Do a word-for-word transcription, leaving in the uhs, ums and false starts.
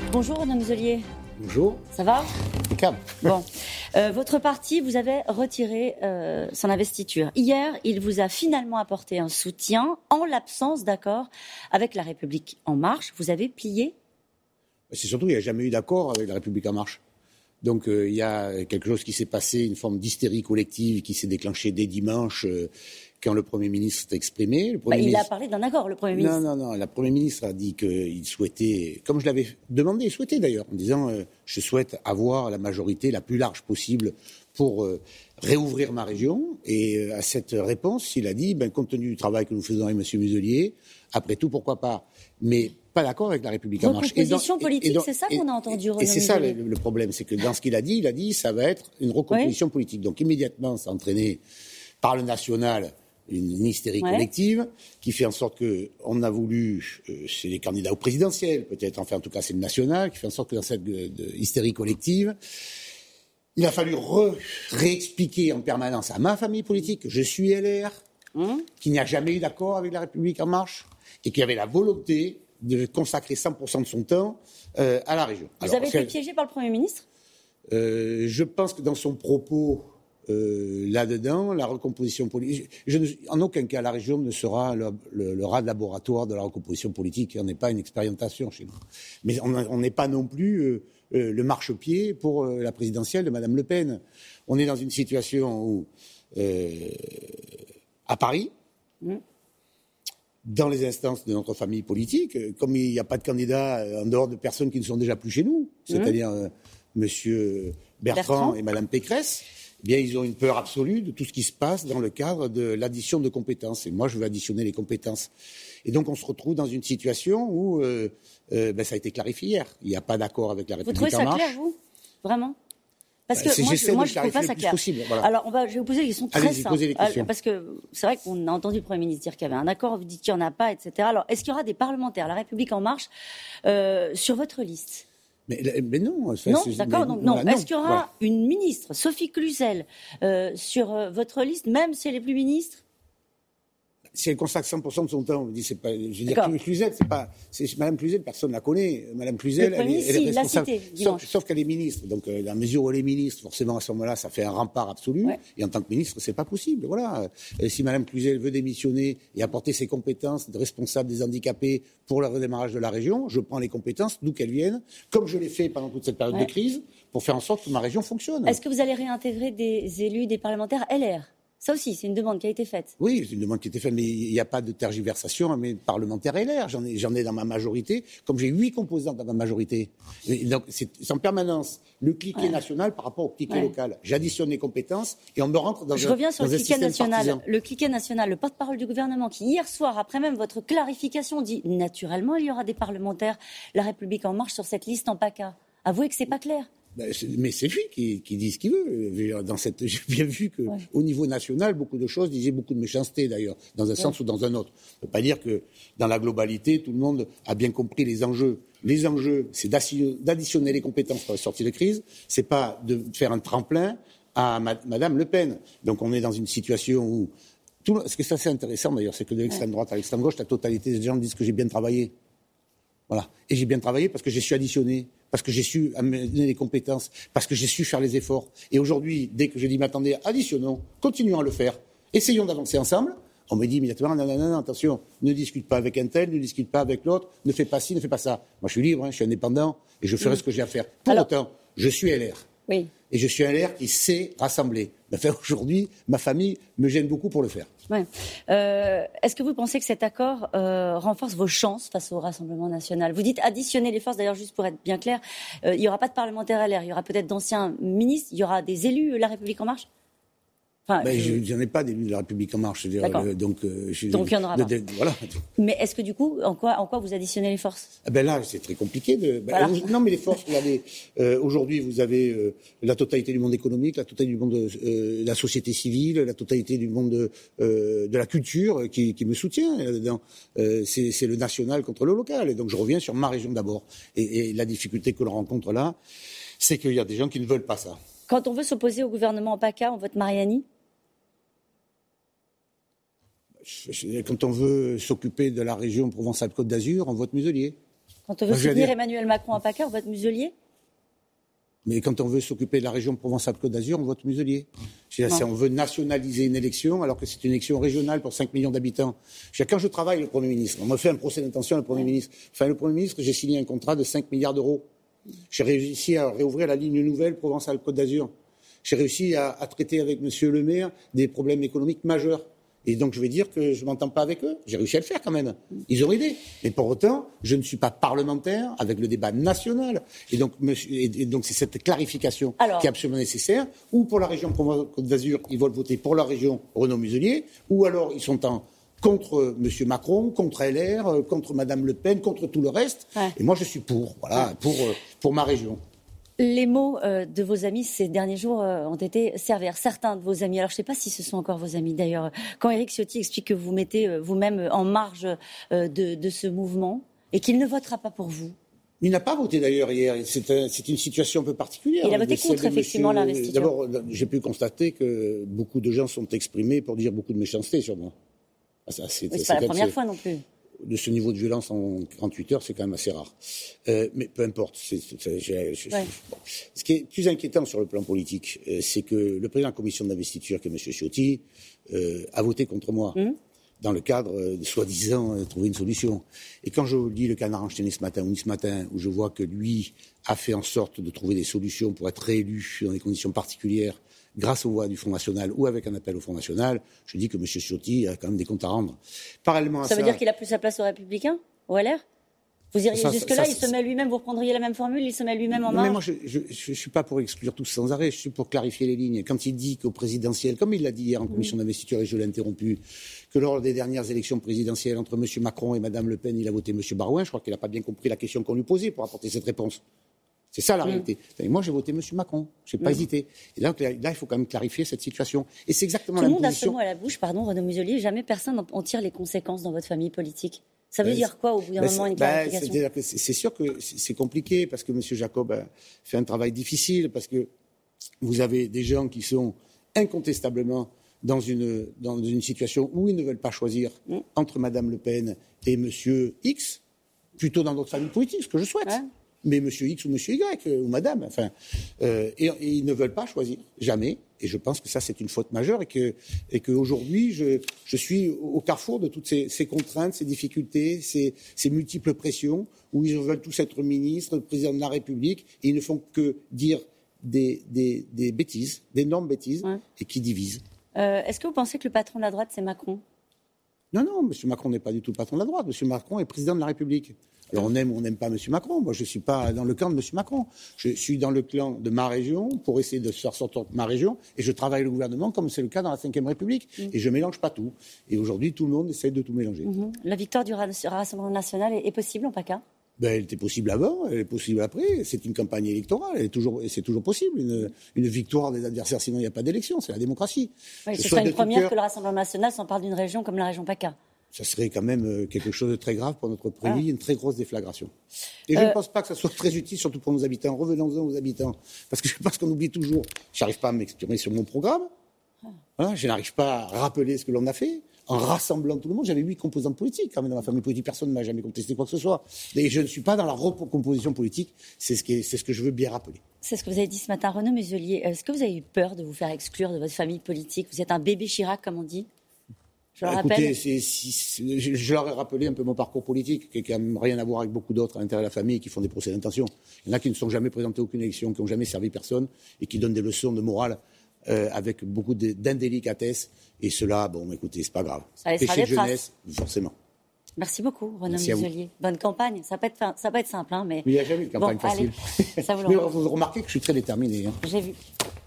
Bonjour Renaud Muselier. Bonjour. Ça va ? Impeccable. Bon. Euh, votre parti vous avez retiré euh, son investiture. Hier, il vous a finalement apporté un soutien en l'absence d'accord avec La République En Marche. Vous avez plié ? C'est surtout qu'il n'y a jamais eu d'accord avec La République En Marche. Donc euh, il y a quelque chose qui s'est passé, une forme d'hystérie collective qui s'est déclenchée dès dimanche euh, quand le Premier ministre s'est exprimé. Le Premier bah, il ministre... a parlé d'un accord, le Premier ministre. Non, non, non. Le Premier ministre a dit qu'il souhaitait, comme je l'avais demandé, souhaitait d'ailleurs, en disant euh, je souhaite avoir la majorité la plus large possible pour euh, réouvrir ma région. Et euh, à cette réponse, il a dit, ben, compte tenu du travail que nous faisons avec M. Muselier, après tout, pourquoi pas. Mais pas d'accord avec La République En Marche. Recomposition politique, c'est ça qu'on a entendu, Renaud Et c'est ça le, Muselier. le problème, c'est que dans ce qu'il a dit, il a dit ça va être une recomposition oui. politique. Donc immédiatement, ça a entraîné par le national une, une hystérie ouais. collective qui fait en sorte qu'on a voulu, euh, c'est les candidats au présidentiel peut-être, enfin en tout cas c'est le national, qui fait en sorte que dans cette de, de hystérie collective, il a fallu re, réexpliquer en permanence à ma famille politique que je suis L R, mmh. qu'il n'y a jamais eu d'accord avec La République En Marche et qu'il y avait la volonté de consacrer cent pour cent de son temps euh, à la région. Vous Alors, avez été piégé par le Premier ministre ? euh, Je pense que dans son propos euh, là-dedans, la recomposition politique, je ne, en aucun cas la région ne sera le, le, le rat de laboratoire de la recomposition politique. On n'est pas une expérimentation chez nous. Mais on n'est pas non plus euh, euh, le marchepied pour euh, la présidentielle de Mme Le Pen. On est dans une situation où, euh, à Paris, mmh. dans les instances de notre famille politique, comme il n'y a pas de candidat en dehors de personnes qui ne sont déjà plus chez nous, c'est-à-dire mmh. euh, M. Bertrand, Bertrand et Mme Pécresse, eh bien, ils ont une peur absolue de tout ce qui se passe dans le cadre de l'addition de compétences. Et moi, je veux additionner les compétences. Et donc, on se retrouve dans une situation où euh, euh, ben, ça a été clarifié hier. Il n'y a pas d'accord avec La République En Marche. Vous trouvez ça clair, vous ? Vraiment ? Parce que bah, moi, je, moi, je trouve pas ça clair. Possible, voilà. Alors, on va, je vais vous poser des questions très Allez-y, simples. posez les questions. Parce que c'est vrai qu'on a entendu le Premier ministre dire qu'il y avait un accord, vous dites qu'il n'y en a pas, et cetera. Alors, est-ce qu'il y aura des parlementaires, La République En Marche, euh, sur votre liste ? Mais, mais non. Ça, non, d'accord. Donc non. Voilà, est-ce qu'il y aura voilà. une ministre, Sophie Cluzel, euh, sur euh, votre liste, même si elle n'est plus ministre ? Si elle consacre cent pour cent de son temps, on me dit c'est pas. Je veux dire, Cluzel, c'est pas. C'est Madame Cluzel, personne ne la connaît. Madame Cluzel, elle, est, elle est responsable. Cité, sauf, sauf qu'elle est ministre. Donc, euh, dans la mesure où elle est ministre, forcément à ce moment-là, ça fait un rempart absolu. Ouais. Et en tant que ministre, c'est pas possible. Voilà. Et si Madame Cluzel veut démissionner et apporter ses compétences de responsable des handicapés pour le redémarrage de la région, je prends les compétences d'où qu'elles viennent, comme je l'ai fait pendant toute cette période ouais. de crise, pour faire en sorte que ma région fonctionne. Est-ce que vous allez réintégrer des élus, des parlementaires L R ? Ça aussi, c'est une demande qui a été faite. Oui, c'est une demande qui a été faite, mais il n'y a pas de tergiversation à mes parlementaires L R. J'en ai, j'en ai dans ma majorité, comme j'ai huit composants dans ma majorité. Et donc, c'est, c'est en permanence le cliquet ouais. national par rapport au cliquet ouais. local. J'additionne les compétences et on me rentre dans Je un, reviens sur dans le un cliquet national. partisan. Le cliquet national, le porte-parole du gouvernement, qui hier soir, après même votre clarification, dit naturellement il y aura des parlementaires La République En Marche sur cette liste en PACA. Avouez que c'est pas clair. Ben, c'est, mais c'est lui qui, qui dit ce qu'il veut. Dans cette, j'ai bien vu qu'au ouais. niveau national, beaucoup de choses disaient beaucoup de méchanceté d'ailleurs, dans un ouais. sens ou dans un autre. On ne peut pas dire que dans la globalité, tout le monde a bien compris les enjeux. Les enjeux, c'est d'additionner les compétences pour la sortie de crise. C'est pas de faire un tremplin à ma, Madame Le Pen. Donc on est dans une situation où tout, ce qui est assez intéressant d'ailleurs, c'est que de l'extrême ouais. droite à l'extrême gauche, la totalité des gens disent que j'ai bien travaillé. Voilà. Et j'ai bien travaillé parce que j'ai su additionner, parce que j'ai su amener les compétences, parce que j'ai su faire les efforts. Et aujourd'hui, dès que je dis, mais attendez, additionnons, continuons à le faire, essayons d'avancer ensemble, on me dit immédiatement, non, non, non, non, attention, ne discute pas avec un tel, ne discute pas avec l'autre, ne fais pas ci, ne fais pas ça. Moi, je suis libre, hein, je suis indépendant, et je ferai mmh. ce que j'ai à faire. Pour Alors, autant, je suis L R. Oui. Et je suis un L R qui sait rassembler. Enfin, aujourd'hui, ma famille me gêne beaucoup pour le faire. Ouais. Euh, est-ce que vous pensez que cet accord euh, renforce vos chances face au Rassemblement national ? Vous dites additionner les forces, d'ailleurs, juste pour être bien clair, euh, il n'y aura pas de parlementaires L R, il y aura peut-être d'anciens ministres, il y aura des élus La République En Marche ? Enfin, ben, je n'en ai pas d'élus de La République En Marche. Je veux dire, euh, donc, euh, je, donc il y en aura de, pas. De, de, voilà. Mais est-ce que du coup, en quoi, en quoi vous additionnez les forces ? Ah ben là, c'est très compliqué. De, ben, voilà. Non, mais les forces, regardez, euh, aujourd'hui, vous avez euh, la totalité du monde économique, la totalité du monde de euh, la société civile, la totalité du monde de, euh, de la culture qui, qui me soutient là-dedans. Euh, c'est, c'est le national contre le local. Et donc, je reviens sur ma région d'abord. Et, et la difficulté que l'on rencontre là, c'est qu'il y a des gens qui ne veulent pas ça. Quand on veut s'opposer au gouvernement en PACA, on vote Mariani ? Quand on veut s'occuper de la région Provence-Alpes-Côte d'Azur, on vote Muselier. Quand on veut soutenir dire... Emmanuel Macron à PACA, on vote Muselier ? Mais quand on veut s'occuper de la région Provence-Alpes-Côte d'Azur, on vote Muselier. C'est on veut nationaliser une élection alors que c'est une élection régionale pour cinq millions d'habitants. Quand je travaille, le Premier ministre, on me fait un procès d'intention, le Premier ouais. ministre. Enfin, le Premier ministre, j'ai signé un contrat de cinq milliards d'euros. J'ai réussi à réouvrir la ligne nouvelle Provence-Alpes-Côte d'Azur. J'ai réussi à, à traiter avec Monsieur le maire des problèmes économiques majeurs. Et donc, je vais dire que je ne m'entends pas avec eux. J'ai réussi à le faire quand même. Ils ont aidé. Mais pour autant, je ne suis pas parlementaire avec le débat national. Et donc, monsieur, et, et donc c'est cette clarification Alors, qui est absolument nécessaire. Ou pour la région Provence-Côte d'Azur, ils veulent voter pour la région Renaud Muselier. Ou alors, ils sont en, contre M. Macron, contre L R, contre Mme Le Pen, contre tout le reste. Ouais. Et moi, je suis pour. Voilà, pour, pour ma région. Les mots euh, de vos amis ces derniers jours euh, ont été sévères. Certains de vos amis, alors je ne sais pas si ce sont encore vos amis d'ailleurs, quand Éric Ciotti explique que vous mettez euh, vous-même en marge euh, de, de ce mouvement et qu'il ne votera pas pour vous. Il n'a pas voté d'ailleurs hier. C'est, un, c'est une situation un peu particulière. Il a voté contre effectivement monsieur... l'investiture. D'abord, j'ai pu constater que beaucoup de gens sont exprimés pour dire beaucoup de méchanceté sur moi. Ah, ça, c'est, oui, c'est, c'est pas la première c'est... fois non plus. De ce niveau de violence en quarante-huit heures, c'est quand même assez rare. Euh, mais peu importe. C'est, c'est, c'est, j'ai, j'ai, ouais. bon. Ce qui est plus inquiétant sur le plan politique, euh, c'est que le président de la commission d'investiture, qui est M. Ciotti, euh, a voté contre moi, mmh. dans le cadre euh, de soi-disant euh, trouver une solution. Et quand je lis le Canard enchaîné ce matin, ou ce matin, où je vois que lui a fait en sorte de trouver des solutions pour être réélu dans des conditions particulières, grâce aux voix du Front National ou avec un appel au Front National, je dis que M. Ciotti a quand même des comptes à rendre. Parallèlement à ça... Ça veut dire qu'il a plus sa place aux Républicains, au L R ? Vous iriez ça, jusque-là, ça, ça, il se met lui-même, vous reprendriez la même formule, il se met lui-même en marge ? Mais moi, je ne suis pas pour exclure tous sans arrêt, je suis pour clarifier les lignes. Quand il dit qu'au présidentiel, comme il l'a dit hier en commission mmh. d'investiture, et je l'ai interrompu, que lors des dernières élections présidentielles entre M. Macron et Mme Le Pen, il a voté M. Barouin, je crois qu'il n'a pas bien compris la question qu'on lui posait pour apporter cette réponse. C'est ça la mmh. réalité. Et moi, j'ai voté M. Macron. Je n'ai pas mmh. hésité. Et là, là, il faut quand même clarifier cette situation. Et c'est exactement la position... Tout le monde a ce mot à la bouche, pardon, Renaud Muselier. Jamais personne en tire les conséquences dans votre famille politique. Ça veut ben, dire quoi, au bout d'un ben, moment, une clarification ben, c'est, c'est sûr que c'est compliqué, parce que M. Jacob a fait un travail difficile, parce que vous avez des gens qui sont incontestablement dans une, dans une situation où ils ne veulent pas choisir mmh. entre Mme Le Pen et M. X, plutôt dans notre famille politique, ce que je souhaite. Ouais. Mais M. X ou M. Y, ou Madame, enfin, euh, et, et ils ne veulent pas choisir, jamais. Et je pense que ça, c'est une faute majeure et que, et qu'aujourd'hui, je, je suis au carrefour de toutes ces, ces contraintes, ces difficultés, ces, ces multiples pressions, où ils veulent tous être ministres, président de la République, et ils ne font que dire des, des, des bêtises, d'énormes bêtises, ouais. et qui divisent. Euh, est-ce que vous pensez que le patron de la droite, c'est Macron ? Non, non, M. Macron n'est pas du tout le patron de la droite. M. Macron est président de la République. Alors on aime ou on n'aime pas M. Macron. Moi, je ne suis pas dans le camp de M. Macron. Je suis dans le clan de ma région pour essayer de faire sortir ma région. Et je travaille le gouvernement comme c'est le cas dans la cinquième République. Mmh. Et je ne mélange pas tout. Et aujourd'hui, tout le monde essaie de tout mélanger. Mmh. La victoire du Rassemblement national est possible en PACA ? Ben, elle était possible avant, elle est possible après. C'est une campagne électorale, elle est toujours, c'est toujours possible. Une, une victoire des adversaires, sinon il n'y a pas d'élection. C'est la démocratie. Oui, ce serait une première cœur... que le Rassemblement national s'empare d'une région comme la région PACA. Ça serait quand même quelque chose de très grave pour notre pays, ah. une très grosse déflagration. Et je euh... ne pense pas que ça soit très utile, surtout pour nos habitants. Revenons-en aux habitants. Parce que je pense qu'on oublie toujours. Je n'arrive pas à m'exprimer sur mon programme. Ah. Voilà, je n'arrive pas à rappeler ce que l'on a fait. En rassemblant tout le monde, j'avais huit composantes politiques. Quand même, dans ma famille politique, personne ne m'a jamais contesté quoi que ce soit. Et je ne suis pas dans la recomposition politique. C'est ce, qui est, c'est ce que je veux bien rappeler. C'est ce que vous avez dit ce matin, Renaud Muselier. Est-ce que vous avez eu peur de vous faire exclure de votre famille politique ? Vous êtes un bébé Chirac, comme on dit ? Je le Écoutez, rappelle. C'est, c'est, je, je leur ai rappelé un peu mon parcours politique, qui n'a même rien à voir avec beaucoup d'autres à l'intérieur de la famille qui font des procès d'intention. Il y en a qui ne sont jamais présentés à aucune élection, qui n'ont jamais servi personne et qui donnent des leçons de morale euh, avec beaucoup de, d'indélicatesse. Et cela, bon, écoutez, c'est pas grave. Péché de jeunesse, forcément. Merci beaucoup, Renaud Muselier. Bonne campagne. Ça peut être, ça peut être simple, hein, mais. Mais il n'y a jamais de campagne bon, facile. Allez, ça vous mais vous remarquez que je suis très déterminé. Hein. J'ai vu.